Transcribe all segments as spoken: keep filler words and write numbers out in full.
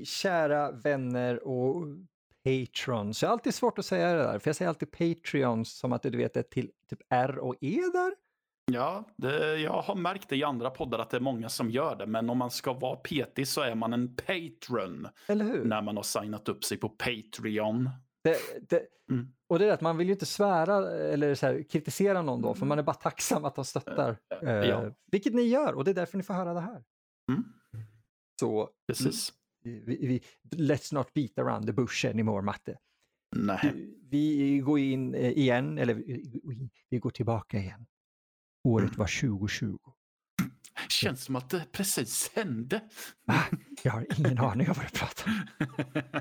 kära vänner och patrons. Det är alltid svårt att säga det där, för jag säger alltid Patreons som att du vet det till typ R och E där. Ja, det, jag har märkt det i andra poddar att det är många som gör det. Men om man ska vara petig så är man en patron. Eller hur? När man har signat upp sig på Patreon. Det, det, mm. Och det är att man vill ju inte svära eller så här, kritisera någon då. För man är bara tacksam att de stöttar. Uh, ja. eh, vilket ni gör, och det är därför ni får höra det här. Mm. Så, precis. Vi, vi, let's not beat around the bush anymore, Matte. Nej. Vi går in igen, eller vi, vi går tillbaka igen. Året var tjugo tjugo. Känns som att det precis hände. Ah, jag har ingen aning om vad jag pratar om.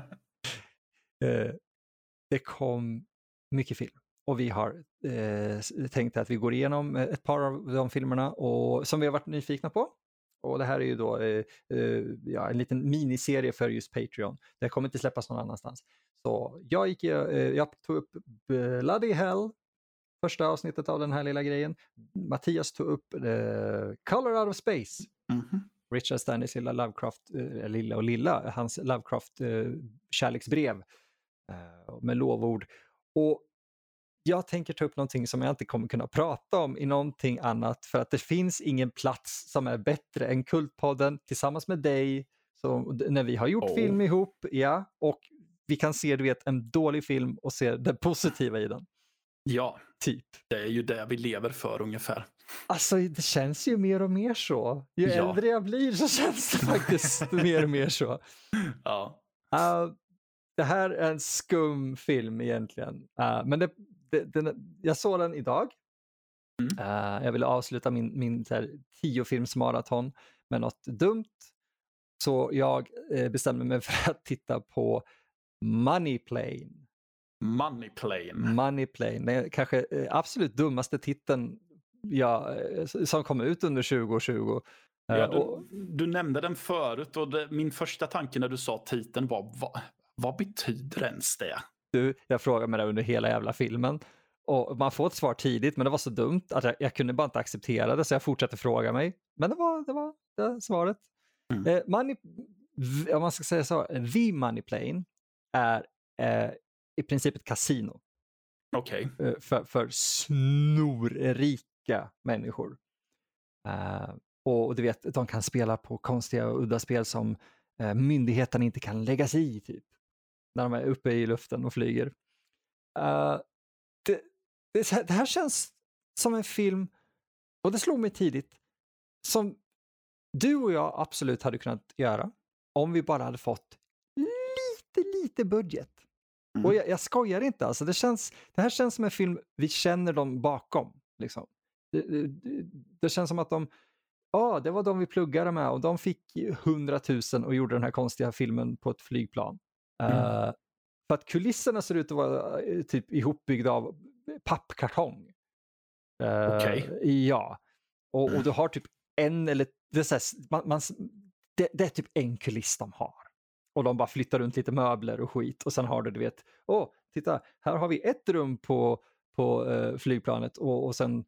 uh, det kom mycket film. Och vi har uh, tänkt att vi går igenom ett par av de filmerna och, som vi har varit nyfikna på. Och det här är ju då uh, uh, ja, en liten miniserie för just Patreon. Det kommer inte släppas någon annanstans. Så jag, gick, uh, jag tog upp Bloody Hell. Första avsnittet av den här lilla grejen. Mattias tog upp uh, Color Out of Space. Mm-hmm. Richard Stanleys lilla Lovecraft, uh, lilla och lilla, hans Lovecraft uh, kärleksbrev uh, med lovord. Och jag tänker ta upp någonting som jag inte kommer kunna prata om i någonting annat, för att det finns ingen plats som är bättre än Kultpodden tillsammans med dig. Så när vi har gjort oh. film ihop, ja, och vi kan se, du vet, en dålig film och se det positiva i den. Ja, typ. Det är ju det vi lever för ungefär. Alltså det känns ju mer och mer så. Ju ja. äldre jag blir så känns det faktiskt mer och mer så. Ja. Uh, det här är en skum film egentligen. Uh, men det, det, den, jag såg den idag. Mm. Uh, jag ville avsluta min, min så här, tio filmsmaraton med något dumt. Så jag uh, bestämde mig för att titta på Money Plane. Money Plane. Money Plane. Det är kanske uh, absolut dummaste titeln ja, som kom ut under tjugo tjugo. Ja, du, du nämnde den förut och det, min första tanke när du sa titeln var vad, vad betyder ens det? Du, jag frågade mig det under hela jävla filmen och man får ett svar tidigt, men det var så dumt att jag, jag kunde bara inte acceptera det, så jag fortsatte fråga mig. Men det var det, var det svaret. Mm. Eh, money, om man ska säga så, The Money Plane är eh, i princip ett kasino. Okej. Okay. Eh, för, för snorrika människor. Eh, och du vet, de kan spela på konstiga och udda spel som eh, myndigheten inte kan lägga sig i, typ. När de är uppe i luften och flyger. Uh, det, det, det här känns som en film, och det slog mig tidigt, som du och jag absolut hade kunnat göra om vi bara hade fått lite, lite budget. Mm. Och jag, jag skojar inte, alltså. Det, känns, det här känns som en film vi känner dem bakom. Liksom. Det, det, det känns som att de ja, ah, det var de vi pluggade med och de fick hundratusen och gjorde den här konstiga filmen på ett flygplan. Mm. Uh, för att kulisserna ser ut att vara uh, typ ihopbyggda av pappkartong. Uh, Okej. Okay. Ja. Och, och du har typ en eller det är, så här, man, man, det, det är typ en kuliss de har. Och de bara flyttar runt lite möbler och skit. Och sen har du, du vet, åh, oh, titta, här har vi ett rum på, på uh, flygplanet och, och sen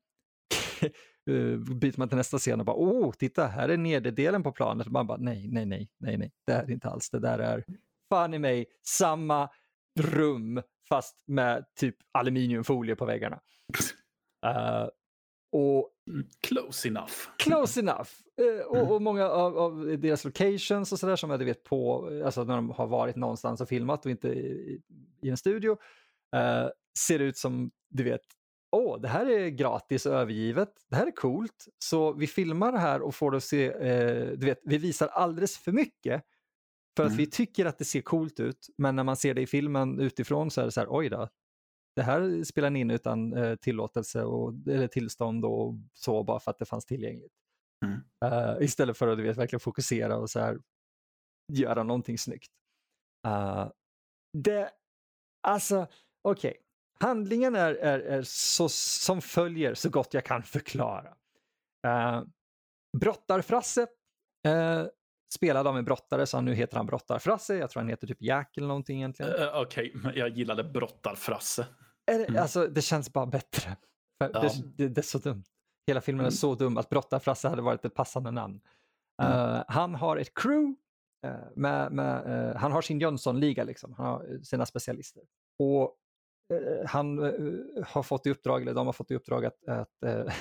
byter man till nästa scen och bara, åh, oh, titta, här är nederdelen på planet. Och man bara, nej, nej, nej, nej, nej, det är inte alls. Det där är fan i mig samma rum fast med typ aluminiumfolie på väggarna. Uh, och close enough. Close enough. Uh, och, och många av, av deras locations och sådär som jag vet på, alltså när de har varit någonstans och filmat och inte i, i en studio, uh, ser ut som, du vet, åh, oh, det här är gratis och övergivet. Det här är coolt. Så vi filmar det här och får det att se, eh, du vet, vi visar alldeles för mycket för mm. att vi tycker att det ser coolt ut. Men när man ser det i filmen utifrån så är det så här, oj då. Det här spelar ni in utan eh, tillåtelse och, eller tillstånd och så, bara för att det fanns tillgängligt. Mm. Uh, istället för att, du vet, verkligen fokusera och så här göra någonting snyggt. Uh, det, alltså, okej. Okay. Handlingen är, är, är så som följer så gott jag kan förklara. Uh, Brottarfrasse uh, spelad av en brottare, så nu heter han Brottarfrasse. Jag tror han heter typ Jack eller någonting egentligen. Uh, Okej, okay. Jag gillade Brottarfrasse. Mm. Alltså, det känns bara bättre. För ja. det, det, det är så dumt. Hela filmen mm. är så dum att Brottarfrasse hade varit ett passande namn. Mm. Uh, han har ett crew Uh, med, med, uh, han har sin Jönssonliga liksom. Han har sina specialister. Och uh, han uh, har fått i uppdrag, eller de har fått i uppdrag att, att uh,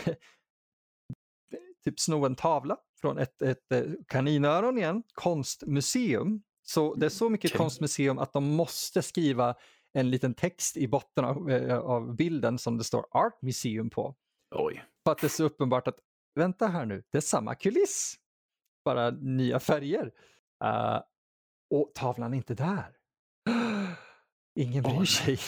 typ sno en tavla från ett, ett, ett kaninöron igen, konstmuseum. Så det är så mycket okay. konstmuseum att de måste skriva en liten text i botten av, av bilden som det står Art Museum på. Oj. För att det är så uppenbart att, vänta här nu, det är samma kuliss. Bara nya färger. Uh, och tavlan är inte där. Ingen bryr oh, sig.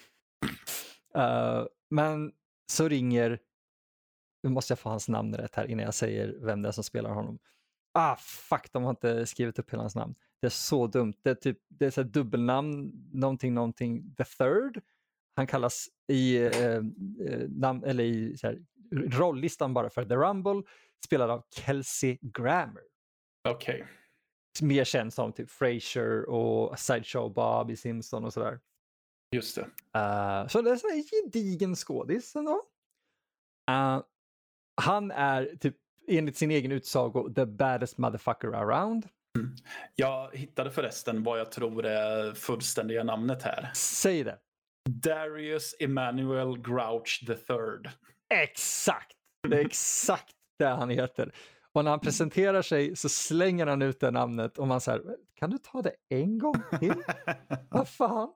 uh, men så ringer, nu måste jag få hans namn rätt här innan jag säger vem det är som spelar honom. Ah, fuck, de har inte skrivit upp hela hans namn. Det är så dumt. Det är typ, det är så här dubbelnamn, någonting, någonting, the third. Han kallas i, eh, namn, eller i så här, rolllistan bara för The Rumble, spelad av Kelsey Grammer. Okej. Okay. Mer känd som typ Frasier och Sideshow Bob i Simpson och sådär. Just det. Uh, så det är så här gedigen skådis ändå. Uh, han är typ enligt sin egen utsago the baddest motherfucker around. Mm. Jag hittade förresten vad jag tror är fullständiga namnet här. Säg det. Darius Emmanuel Grouch the third. Exakt. Det är exakt det han heter. Och när han presenterar sig så slänger han ut det namnet och man säger, kan du ta det en gång till? Vad fan?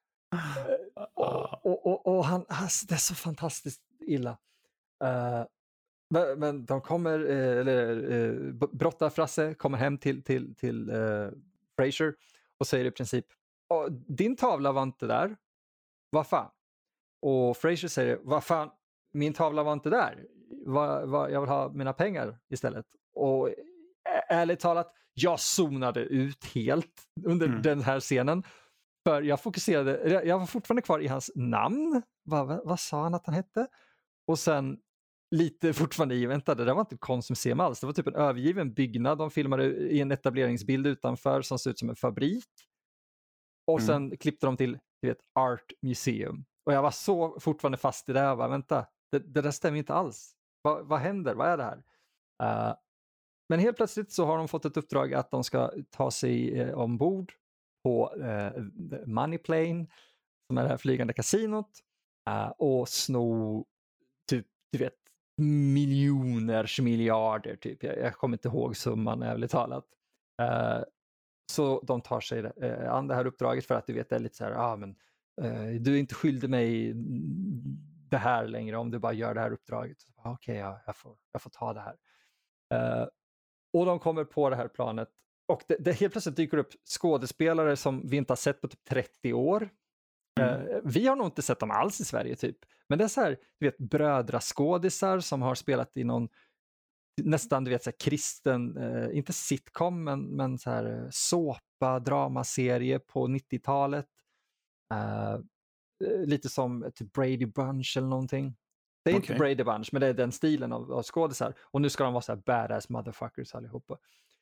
Och, och, och, och han, alltså, det är så fantastiskt illa. Uh, men, men de kommer, uh, eller uh, brottarfrasse kommer hem till, till, till uh, Frasier och säger i princip, din tavla var inte där. Vad fan? Och Frasier säger, vad fan? Min tavla var inte där. Va, va, jag vill ha mina pengar istället. Och ä- ärligt talat, jag zonade ut helt under mm. den här scenen. För jag fokuserade, jag var fortfarande kvar i hans namn. Va, va, vad sa han att han hette? Och sen lite fortfarande i, vänta, det där var inte konstmuseum alls. Det var typ en övergiven byggnad. De filmade i en etableringsbild utanför som ser ut som en fabrik. Och sen mm. klippte de till, du vet, Art Museum. Och jag var så fortfarande fast i det här. Jag bara, vänta, det, det där stämmer inte alls. Va, vad händer? Vad är det här? Uh, men helt plötsligt så har de fått ett uppdrag att de ska ta sig eh, ombord på eh, Money Plane, som är det här flygande kasinot, uh, och sno typ, du vet, miljoners miljarder typ. Jag, jag kommer inte ihåg summan ärligt talat. Uh, så de tar sig uh, an det här uppdraget för att du vet, det är lite så här, ah, men uh, du är inte skyldig mig det här längre om du bara gör det här uppdraget. Okej, okay, ja, jag, får, jag får ta det här. Uh, och de kommer på det här planet och det, det helt plötsligt dyker upp skådespelare som vi inte har sett på typ trettio år. Mm. Uh, vi har nog inte sett dem alls i Sverige typ. Men det är så här, du vet, brödraskådisar som har spelat i någon nästan, du vet, så här kristen, uh, inte sitcom, men, men så här såpa, dramaserie på nittiotalet. Uh, lite som typ Brady Bunch eller någonting. Det är okay. inte Brady Bunch, men det är den stilen av, av skådisar. Och nu ska de vara så här badass motherfuckers allihopa.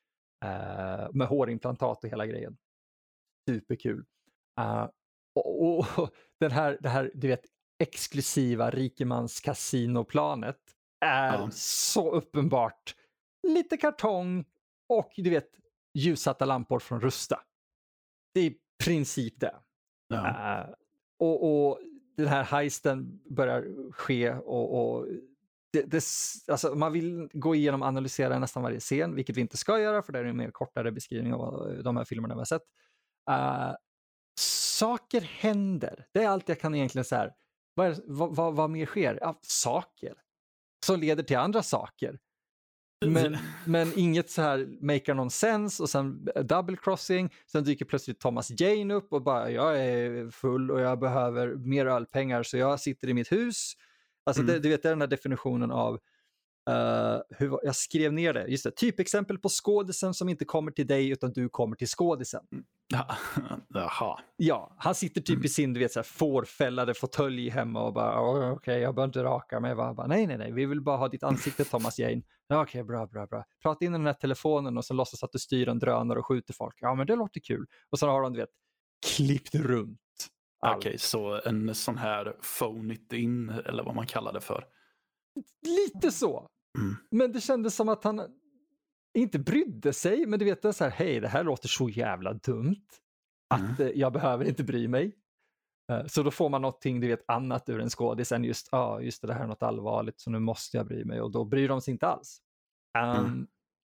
Uh, med hårimplantat och hela grejen. Superkul. Uh, och, och, och den här, det här, du vet, exklusiva rikemans kasinoplanet är ja. så uppenbart lite kartong och du vet, ljussatta lampor från Rusta. Det är i princip det. Ja. Uh, och, och den här heisten börjar ske och, och det, det, alltså man vill gå igenom och analysera nästan varje scen, vilket vi inte ska göra för det är en mer kortare beskrivning av de här filmerna vi har sett. Uh, saker händer. Det är allt jag kan egentligen säga. Vad, är, vad, vad, vad mer sker? Ja, saker som leder till andra saker. Men, men inget så här make någon sense och sen double crossing, sen dyker plötsligt Thomas Jane upp och bara, jag är full och jag behöver mer ölpengar så jag sitter i mitt hus. Alltså mm. det, du vet, det är den här definitionen av uh, hur, jag skrev ner det, just det, typexempel på skådisen som inte kommer till dig utan du kommer till skådisen. Jaha. Ja, han sitter typ mm. i sin, du vet, så här fårfällade fåtölj hemma och bara, okej, okay, jag behöver inte raka mig. Jag bara, nej, nej, nej, vi vill bara ha ditt ansikte, Thomas Jane. Ja, okej, okay, bra, bra, bra. Prata in i den här telefonen och så låtsas att du styr en drönare och skjuter folk. Ja, men det låter kul. Och så har de, du vet, klippt runt. Okej, okay, så en sån här phone it in, eller vad man kallar det för. Lite så. Mm. Men det kändes som att han inte brydde sig, men du vet det är så här, hej, det här låter så jävla dumt att mm. jag behöver inte bry mig. Så då får man någonting, du vet, annat ur en skådis än just, ja, ah, just det, det här är något allvarligt så nu måste jag bry mig, och då bryr de sig inte alls. Um, mm.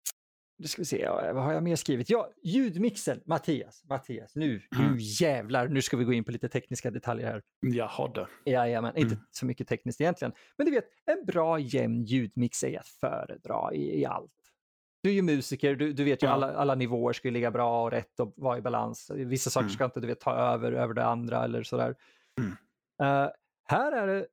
Nu ska vi se, vad har jag mer skrivit? Ja, ljudmixen, Mattias, Mattias, nu, mm. nu jävlar, nu ska vi gå in på lite tekniska detaljer här. Jag har det. Ja, men inte mm. så mycket tekniskt egentligen. Men du vet, en bra jämn ljudmix är att föredra i, i allt. Du är ju musiker, du, du vet ju ja. alla, alla nivåer ska ligga bra och rätt och vara i balans. Vissa saker mm. ska inte, du vet, ta över över det andra eller sådär. Mm. Uh, här är det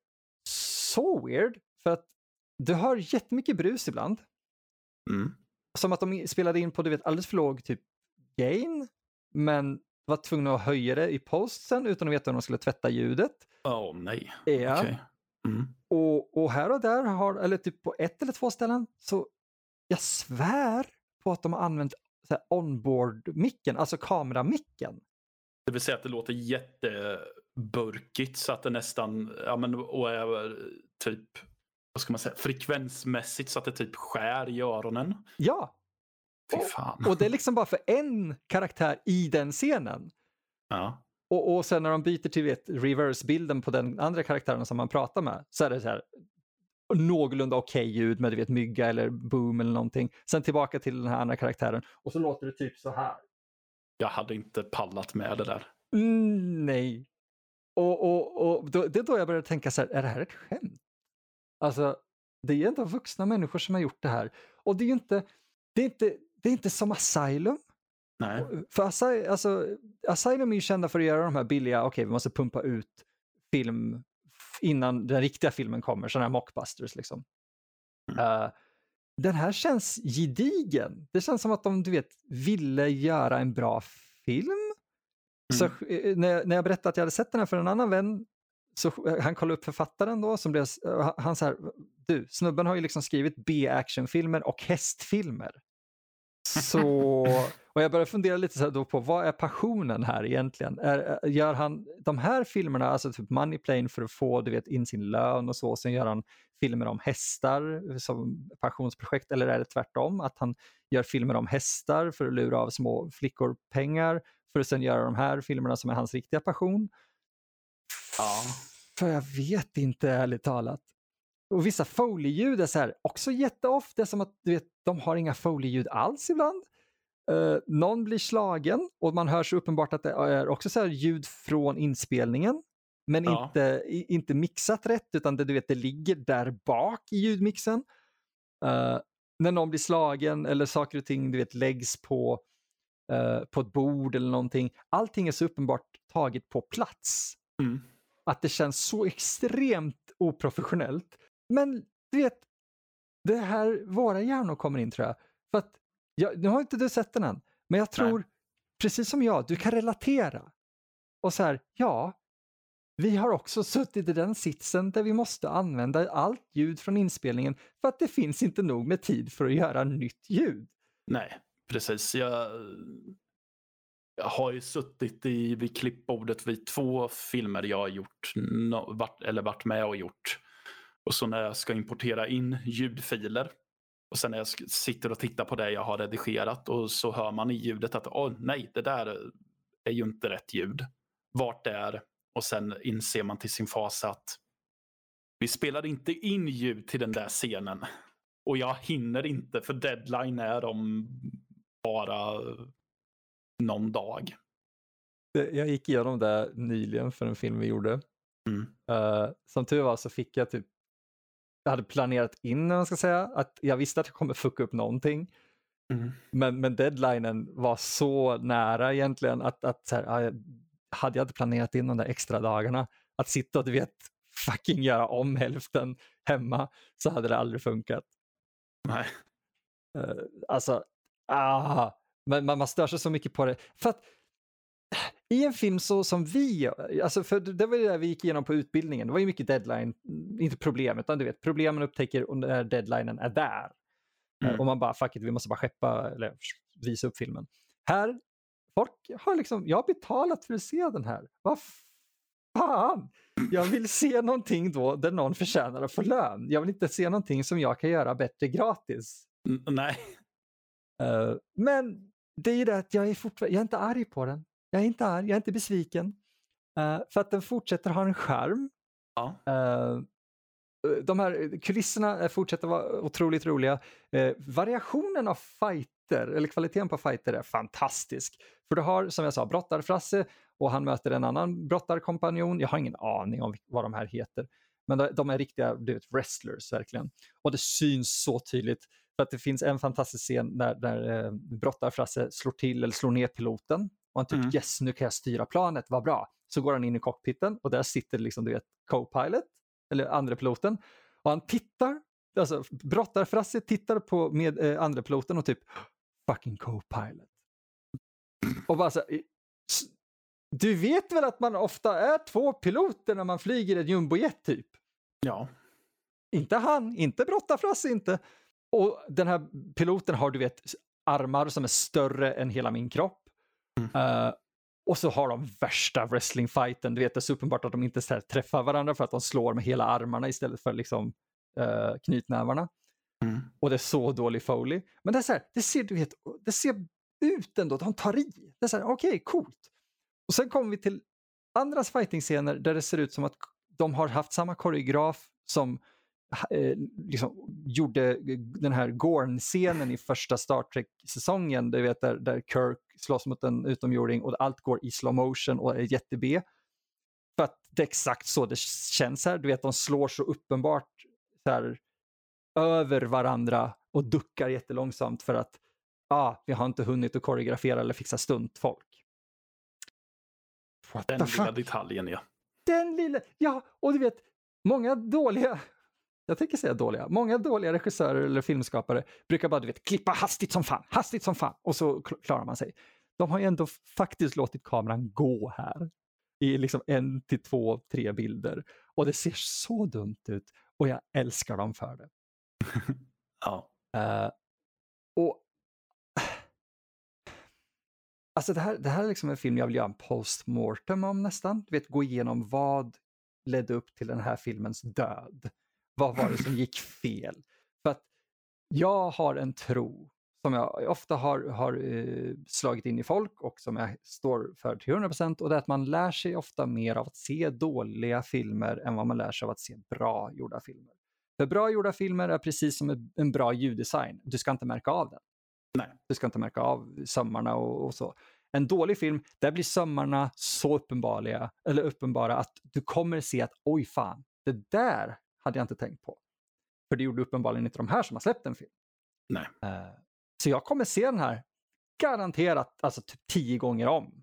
så weird för att du har jättemycket brus ibland. Mm. Som att de spelade in på, du vet, alldeles för låg typ gain, men var tvungna att höja det i posten utan att veta hur de skulle tvätta ljudet. Åh oh, nej. Ja. Okay. Mm. Och, och här och där har, eller typ på ett eller två ställen, så jag svär på att de har använt så här onboard-micken, alltså kameramicken. Det vill säga att det låter jätteburkigt så att det nästan, ja men och är typ, vad ska man säga, frekvensmässigt så att det typ skär i öronen. Ja. Fy fan. Och, och det är liksom bara för en karaktär i den scenen. Ja. Och, och sen när de byter till vet, reverse-bilden på den andra karaktären som man pratar med, så är det så här någorlunda okej okay ljud med, du vet, mygga eller boom eller någonting. Sen tillbaka till den här andra karaktären och så låter det typ så här. Jag hade inte pallat med det där. Mm, nej. Och, och, och då, det är då jag började tänka så här, är det här ett skämt? Alltså, det är ändå vuxna människor som har gjort det här. Och det är ju inte, det är inte, det är inte som Asylum. Nej. För Asy, alltså, Asylum är ju kända för att göra de här billiga, okej, okay, vi måste pumpa ut film innan den riktiga filmen kommer, sådana här mockbusters liksom. Mm. Uh, den här känns gedigen. Det känns som att de, du vet, ville göra en bra film. Mm. Så uh, när, när jag berättade att jag hade sett den här för en annan vän, så uh, han kollade upp författaren då, som blev, uh, han så här, du, snubben har ju liksom skrivit B-actionfilmer och hästfilmer. Så, och jag började fundera lite så här då på, vad är passionen här egentligen? Är, gör han de här filmerna, alltså typ Money Plane för att få, du vet, in sin lön och så, och sen gör han filmer om hästar som passionsprojekt, eller är det tvärtom? Att han gör filmer om hästar för att lura av små flickor pengar för att sen göra de här filmerna som är hans riktiga passion? Ja. För jag vet inte, ärligt talat. Och vissa Foley-ljud är så här också jätteoff. Det är som att, du vet, de har inga Foley-ljud alls ibland. Uh, någon blir slagen och man hör så uppenbart att det är också så här ljud från inspelningen. Men ja. inte, i, inte mixat rätt, utan det, du vet, det ligger där bak i ljudmixen. Uh, när någon blir slagen eller saker och ting, du vet, läggs på, uh, på ett bord eller någonting. Allting är så uppenbart taget på plats. Mm. Att det känns så extremt oprofessionellt. Men du vet, det här våra hjärnor kommer in, tror jag. För att, jag, nu har inte du sett den än, men jag tror, Nej. precis som jag, du kan relatera. Och så här, ja, vi har också suttit i den sitsen där vi måste använda allt ljud från inspelningen för att det finns inte nog med tid för att göra nytt ljud. Nej, precis. Jag, jag har ju suttit i, vid klippbordet vid två filmer jag har gjort, no, varit, eller varit med och gjort. Och så när jag ska importera in ljudfiler och sen när jag sitter och tittar på det jag har redigerat, och så hör man i ljudet att åh nej, det där är ju inte rätt ljud. Vart det är, och sen inser man till sin fasa att vi spelar inte in ljud till den där scenen. Och jag hinner inte, för deadline är om bara någon dag. Jag gick igenom det nyligen för en film vi gjorde. Mm. Uh, som tur var så fick jag typ, jag hade planerat in, när man ska säga, att jag visste att jag kommer fucka upp någonting. Mm. Men, men deadlinen var så nära egentligen att, att så här, hade jag inte planerat in de där extra dagarna att sitta och, du vet, fucking göra om hälften hemma, så hade det aldrig funkat. Nej. Uh, alltså, ah, men man, man stör sig så mycket på det. För att i en film så som vi, alltså för det var det där vi gick igenom på utbildningen, det var ju mycket deadline, inte problem, utan du vet, problemen upptäcker när deadlinen är där. Mm. Och man bara, fuck it, vi måste bara skeppa eller visa upp filmen. Här, folk har liksom, jag har betalat för att se den här. Vad fan? Jag vill se någonting då där någon förtjänar att få lön. Jag vill inte se någonting som jag kan göra bättre gratis. N- nej. Uh, men det är ju det att jag är fortfarande, jag är inte arg på den. Jag är inte arg, jag är inte besviken. Uh, för att den fortsätter ha en charm. Ja. Uh, de här kulisserna fortsätter vara otroligt roliga. Uh, variationen av fighter, eller kvaliteten på fighter är fantastisk. För du har, som jag sa, brottarfrasse och han möter en annan brottarkompanjon. Jag har ingen aning om vad de här heter. Men de, de är riktiga, du vet, wrestlers verkligen. Och det syns så tydligt. För att det finns en fantastisk scen där, där eh, brottarfrasse slår till eller slår ner piloten. Och han typ, mm. yes, nu kan jag styra planet, vad bra. Så går han in i cockpiten och där sitter liksom, du vet, co-pilot, eller andra piloten. Och han tittar, alltså brottarfrasse tittar på med eh, andra piloten och typ, fucking co-pilot. Och bara så här, du vet väl att man ofta är två piloter när man flyger en jumbojet typ? Ja. Inte han, inte brottarfrasse, inte. Och den här piloten har, du vet, armar som är större än hela min kropp. Mm. Uh, och så har de värsta wrestlingfighten. Du vet, det är så uppenbart att de inte så här träffar varandra för att de slår med hela armarna istället för liksom uh, knytnävarna. Mm. Och det är så dålig Foley. Men det är så här, det ser, du vet, det ser ut ändå, de tar i. Det är så här, okej, okay, coolt. Och sen kommer vi till andra fighting-scener där det ser ut som att de har haft samma koreograf som eh, liksom gjorde den här Gorn-scenen i första Star Trek-säsongen. Du vet, där, där Kirk slåss mot en utomjording och allt går i slow motion och är jätte-B. För att det är exakt så det känns här. Du vet, de slår så uppenbart så här, över varandra och duckar jättelångsamt för att ah, vi har inte hunnit att koreografera eller fixa stuntfolk. What Den lilla detaljen, ja. Den lilla, ja, och du vet, många dåliga, jag tänker säga dåliga, många dåliga regissörer eller filmskapare brukar bara, du vet, klippa hastigt som fan, hastigt som fan, och så klarar man sig. De har ju ändå faktiskt låtit kameran gå här i liksom en till två, tre bilder. Och det ser så dumt ut, och jag älskar dem för det. Ja. Uh, och Alltså det här, det här är liksom en film jag vill göra en postmortem om nästan. Du vet, gå igenom vad ledde upp till den här filmens död. Vad var det som gick fel? För att jag har en tro som jag ofta har, har uh, slagit in i folk och som jag står för till hundra procent, och det är att man lär sig ofta mer av att se dåliga filmer än vad man lär sig av att se bra gjorda filmer. För bra gjorda filmer är precis som en bra ljuddesign. Du ska inte märka av den. Nej. Du ska inte märka av sömmarna och, och så. En dålig film, där blir sömmarna så uppenbara, eller uppenbara att du kommer se att oj fan, det där hade jag inte tänkt på. För det gjorde uppenbarligen inte de här som har släppt en film. Nej. Uh, så jag kommer se den här garanterat alltså typ tio gånger om.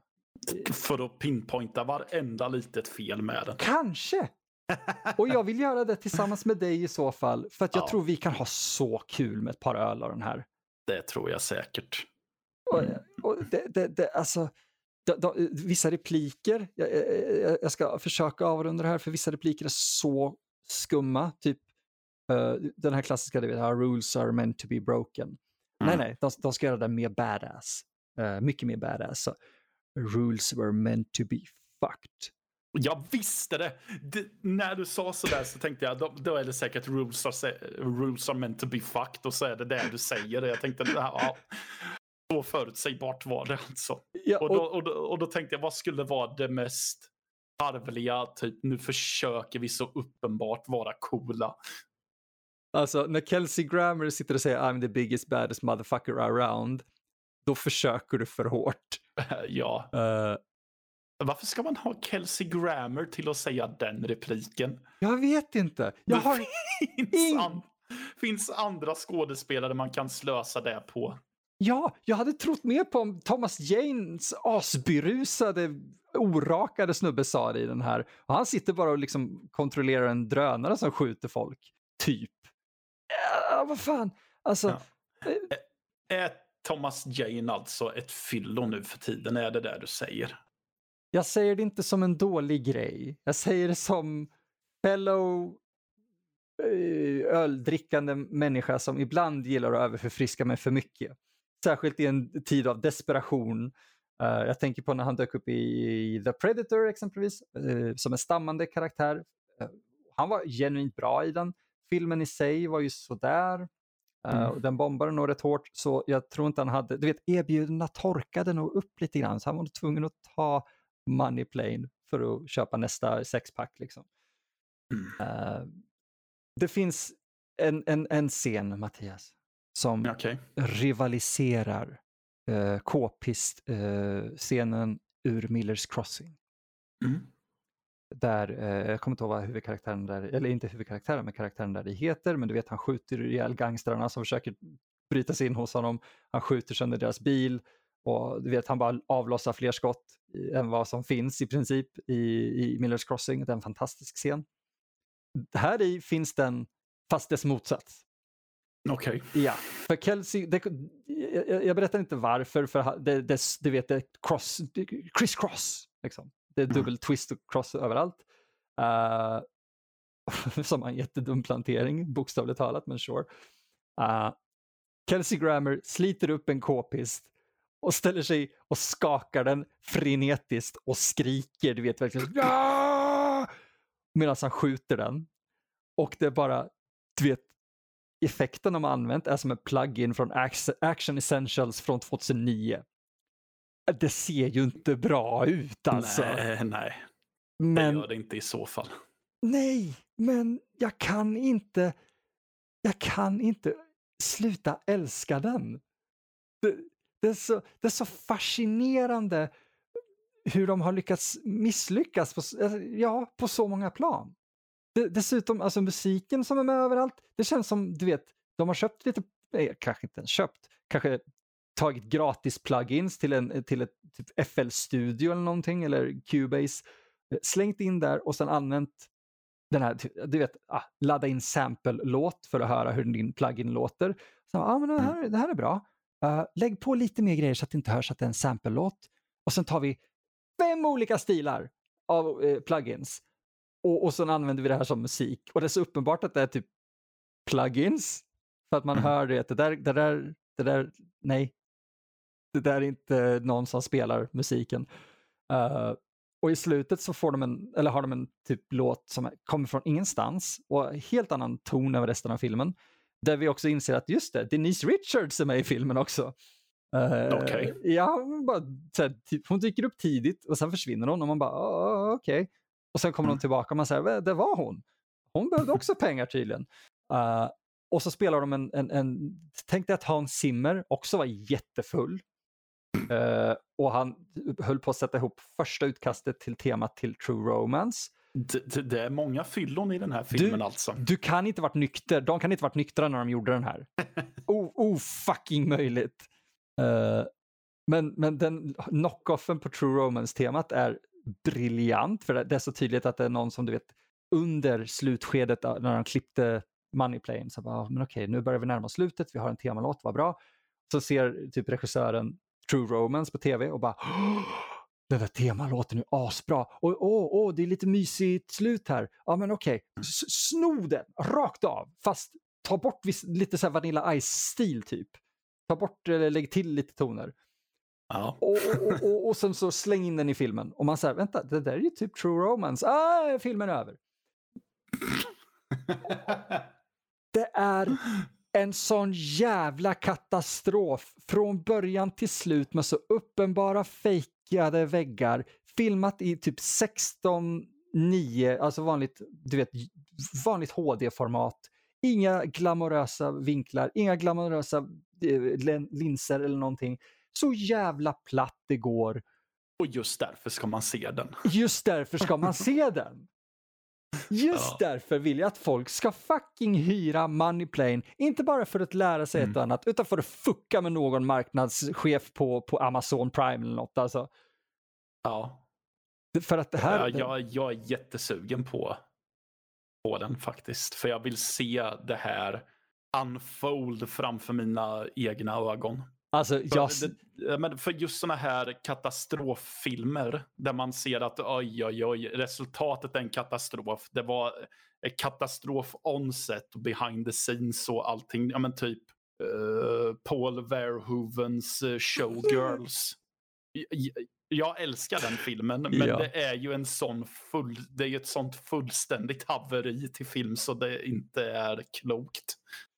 För att pinpointa varenda litet fel med den. Kanske! Och jag vill göra det tillsammans med dig i så fall. För att jag ja. tror vi kan ha så kul med ett par öl av den här. Det tror jag säkert. Och, och det, det, det, alltså, de, de, vissa repliker, jag, jag, jag ska försöka avrunda det här, för vissa repliker är så skumma. Typ uh, den här klassiska, du vet, rules are meant to be broken. Mm. Nej, nej, de, de ska göra det mer badass. Uh, mycket mer badass. Så, rules were meant to be fucked. Jag visste det. det. När du sa sådär så tänkte jag, då, då är det säkert rules are, rules are meant to be fucked, och så är det det du säger. Jag tänkte, ja, så förutsägbart var det alltså. Ja, och, och, då, och, då, och då tänkte jag, vad skulle vara det mest tarvliga? Typ, nu försöker vi så uppenbart vara coola. Alltså, när Kelsey Grammer sitter och säger I'm the biggest baddest motherfucker around, då försöker du för hårt. Ja. Uh, Varför ska man ha Kelsey Grammer till att säga den repliken? Jag vet inte. Jag det har finns, ing... an... finns andra skådespelare man kan slösa det på. Ja, jag hade trott mer på om Thomas Janes asberusade, orakade snubbe sa det i den här. Och han sitter bara och liksom kontrollerar en drönare som skjuter folk. Typ. Ja, vad fan. Alltså... Ja. Är Thomas Jane alltså ett fyllo nu för tiden? Är det där du säger? Jag säger det inte som en dålig grej. Jag säger det som fellow öldrickande människa som ibland gillar att överförfriska mig för mycket. Särskilt i en tid av desperation. Uh, jag tänker på när han dök upp i The Predator exempelvis. Uh, som en stammande karaktär. Uh, han var genuint bra i den. Filmen i sig var ju sådär. Uh, och den bombade nog rätt hårt, så jag tror inte han hade, du vet, erbjudandena torkade nog upp lite grann, så han var tvungen att ta Money Plane för att köpa nästa sexpack liksom. Uh, det finns en, en, en scen, Mattias, som okay. rivaliserar uh, K-pist-scenen uh, ur Miller's Crossing. Mm. Där, uh, jag kommer inte ihåg vad huvudkaraktären där, eller inte huvudkaraktären, men karaktären där det heter, men du vet, han skjuter ihjäl gangstrarna som försöker bryta sig in hos honom. Han skjuter sönder deras bil, och du vet, han bara avlossar fler skott än vad som finns i princip i, i Miller's Crossing. Det är en fantastisk scen. Här i finns den, fast dess motsats. Okej. Okay. Ja, för Kelsey, det, jag, jag berättar inte varför, för det, det, du vet, det är cross, criss cross liksom. Det är dubbel twist och cross överallt. Uh, som en jättedum plantering, bokstavligt talat, men sure. Uh, Kelsey Grammer sliter upp en k-pist och ställer sig och skakar den frenetiskt och skriker, du vet, verkligen medan han skjuter den. Och det är bara, du vet, effekten de har använt är som en plugin från Action Essentials från tjugohundranio. Det ser ju inte bra ut alltså. Nej, nej. Men, det gör det inte i så fall. Nej, men jag kan inte jag kan inte sluta älska den. Det, det, är, så, det är så fascinerande hur de har lyckats misslyckas på, ja, på så många plan. Det, dessutom, alltså musiken som är med överallt, det känns som, du vet, de har köpt lite, nej, kanske inte köpt, kanske tagit gratis plugins till en till ett typ F L-studio eller någonting, eller Cubase, slängt in där och sen använt den här, du vet, ah, ladda in sample-låt för att höra hur din plugin låter. Så, ah, men det här, det här är bra. Uh, lägg på lite mer grejer så att det inte hörs att det är en sample-låt. Och sen tar vi fem olika stilar av uh, plugins. Och, och sen använder vi det här som musik. Och det är så uppenbart att det är typ plugins. För att man mm. hör det, det där, det där, det där, nej. Det där är inte någon som spelar musiken. Uh, och i slutet så får de en, eller har de en typ låt som kommer från ingenstans och helt annan ton över resten av filmen. Där vi också inser att just det, Denise Richards är med i filmen också. Uh, Okej. Okay. Ja, bara, så här, typ, hon dyker upp tidigt och sen försvinner hon och man bara, oh, okej. Okay. Och sen kommer mm. hon tillbaka och man säger, det var hon. Hon behövde också pengar tydligen. Uh, och så spelar de en, en, en tänk dig att Hans Zimmer också var jättefull. Uh, och han höll på att sätta ihop första utkastet till temat till True Romance. Det, det, det är många fyllon i den här filmen du, alltså. Du kan inte varit nykter. De kan inte varit nyktra när de gjorde den här. oh, oh fucking möjligt. Uh, men, men den knockoffen på True Romance-temat är briljant. För det är så tydligt att det är någon som du vet under slutskedet när de klippte Money Plane. Så bara, men okej, nu börjar vi närma oss slutet. Vi har en temalåt, vad bra. Så ser typ regissören True Romance på tv och bara den där temalåten är asbra. Och åh, åh, det är lite mysigt slut här. Ja, men okej. Okay. Sno den rakt av. Fast ta bort vis- lite så här Vanilla Ice-stil typ. Ta bort eller lägg till lite toner. Ja. Och, och, och, och sen så släng in den i filmen. Och man säger, vänta, det där är ju typ True Romance. Ah, filmen är över. Det är en sån jävla katastrof från början till slut med så uppenbara fejkade väggar. Filmat i typ sexton nio, alltså vanligt, du vet, vanligt H D-format. Inga glamorösa vinklar, inga glamorösa eh, linser eller någonting. Så jävla platt det går. Och just därför ska man se den. Just därför ska man se den. Just ja. Därför vill jag att folk ska fucking hyra Money Plane. Inte bara för att lära sig mm. ett och annat, utan för att fucka med någon marknadschef på, på Amazon Prime eller något. Alltså. Ja. För att det här... Ja, jag, jag är jättesugen på, på den faktiskt. För jag vill se det här unfold framför mina egna ögon. Alltså, jag... för, det, men för just såna här katastroffilmer där man ser att oj, oj, oj, resultatet är en katastrof. Det var en katastrof on set, behind the scenes och allting. Ja, men typ uh, Paul Verhoevens uh, Showgirls. jag, jag älskar den filmen, men ja. det är ju en sån full, det är ju ett sånt fullständigt haveri till film så det inte är klokt.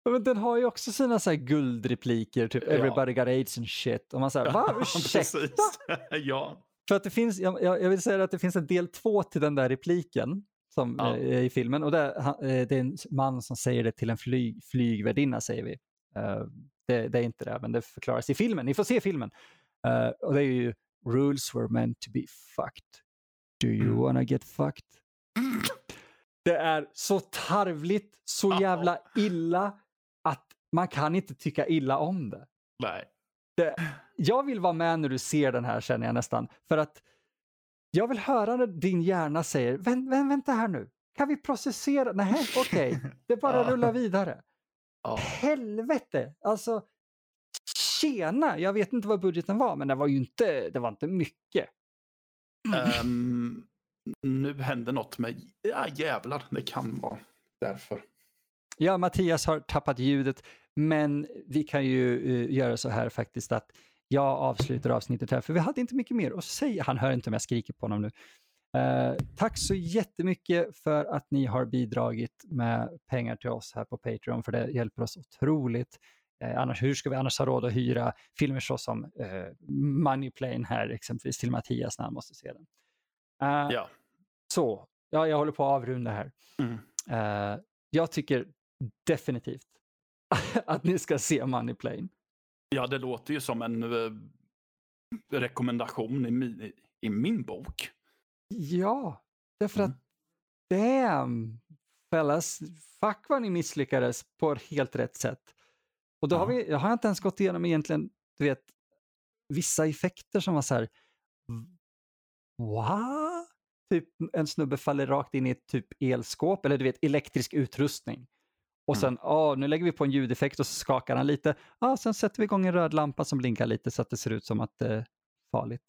Men den har ju också sina så här guldrepliker, typ Ja. everybody got AIDS and shit. Och man säger, va? Ursäkta? Ja. För att det finns, jag, jag vill säga att det finns en del två till den där repliken som Ja. eh, i filmen. Och det, han, eh, det är en man som säger det till en flyg, flygvärdinna, säger vi. Uh, det, det är inte det, men det förklaras i filmen. Ni får se filmen. Uh, och det är ju, rules were meant to be fucked. Do you Mm. wanna get fucked? Det är så tarvligt, så Ja. jävla illa att man kan inte tycka illa om det. Nej. det. Jag vill vara med när du ser den här, känner jag nästan. För att jag vill höra när din hjärna säger, vänt, vänt, vänta här nu. Kan vi processera? Nej, okej. Okay. Det bara Ja. rullar vidare. Ja. Helvete! Alltså, tjena! Jag vet inte vad budgeten var, men det var ju inte, det var inte mycket. Um, nu händer något med, ja jävlar, det kan vara därför. Ja, Mattias har tappat ljudet, men vi kan ju uh, göra så här faktiskt att jag avslutar avsnittet här, för vi hade inte mycket mer att säga. Han hör inte om jag skriker på honom nu. Uh, tack så jättemycket för att ni har bidragit med pengar till oss här på Patreon, för det hjälper oss otroligt. Uh, annars, hur ska vi annars ha råd att hyra filmer så som uh, Money Plane här, exempelvis till Mattias när han måste se den. Uh, Ja. Så, ja, jag håller på att avrunda här. Mm. Uh, jag tycker definitivt att ni ska se Money Plane. Ja, det låter ju som en uh, rekommendation i, mi, i min bok. Ja, därför Mm. att damn, fellas, fuck vad ni misslyckades på ett helt rätt sätt. Och då Ja. har vi, jag har inte ens gått igenom egentligen, du vet, vissa effekter som var så här, what? Typ en snubbe faller rakt in i ett typ elskåp, eller du vet, elektrisk utrustning. Och sen, Mm. ja, nu lägger vi på en ljudeffekt och så skakar han lite. Ja, sen sätter vi igång en röd lampa som blinkar lite så att det ser ut som att det är farligt.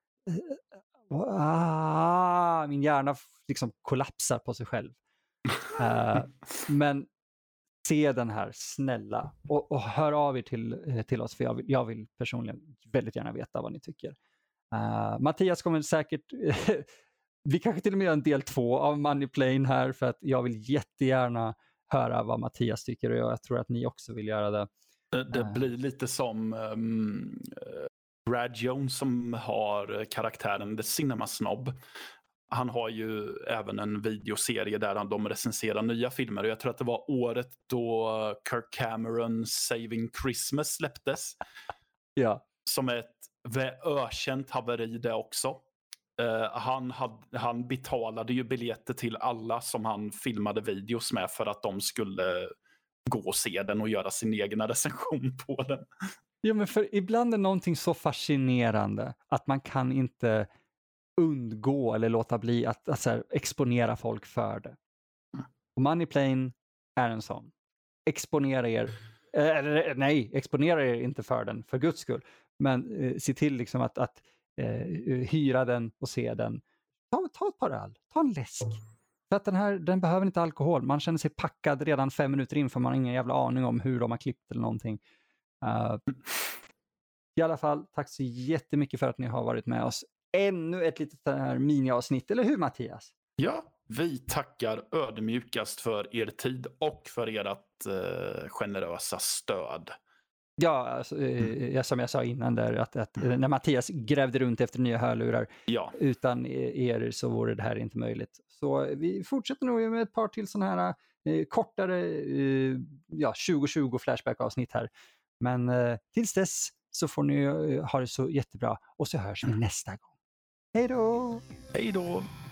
Ah, min hjärna liksom kollapsar på sig själv. uh, men se den här, snälla. Och, och hör av er till, till oss, för jag vill, jag vill personligen väldigt gärna veta vad ni tycker. Uh, Mattias kommer säkert... vi kanske till och med gör en del två av Money Plane här, för att jag vill jättegärna höra vad Mattias tycker, och jag, jag tror att ni också vill göra det. Det, det uh. blir lite som um, Brad Jones som har karaktären The Cinema Snob. Han har ju även en videoserie där de recenserar nya filmer, och jag tror att det var året då Kirk Cameron Saving Christmas släpptes. Ja. Som är ett ökänt haveri det också. Uh, han, had, han betalade ju biljetter till alla som han filmade videos med för att de skulle gå och se den och göra sin egen recension på den. Ja, men för ibland är någonting så fascinerande att man kan inte undgå eller låta bli att, att så här, exponera folk för det. Och Money Plane är en sån. Exponera er, äh, nej, exponera er inte för den, för guds skull. Men eh, se till liksom att, att eh, hyra den och se den. Ta, ta ett par öl, ta en läsk. För att den här, den behöver inte alkohol. Man känner sig packad redan fem minuter in, för man har ingen jävla aning om hur de har klippt eller någonting. Uh, I alla fall, tack så jättemycket för att ni har varit med oss. Ännu ett litet här mini-avsnitt, eller hur Mattias? Ja, vi tackar ödmjukast för er tid och för ert eh, generösa stöd. Ja, alltså, eh, som jag sa innan där, att, att mm. när Mattias grävde runt efter nya hörlurar, ja. utan er så vore det här inte möjligt. Så vi fortsätter nog med ett par till sådana här eh, kortare eh, ja, tjugo tjugo flashback-avsnitt här. Men eh, tills dess så får ni eh, ha det så jättebra, och så hörs vi nästa gång. Hej då! Hej då!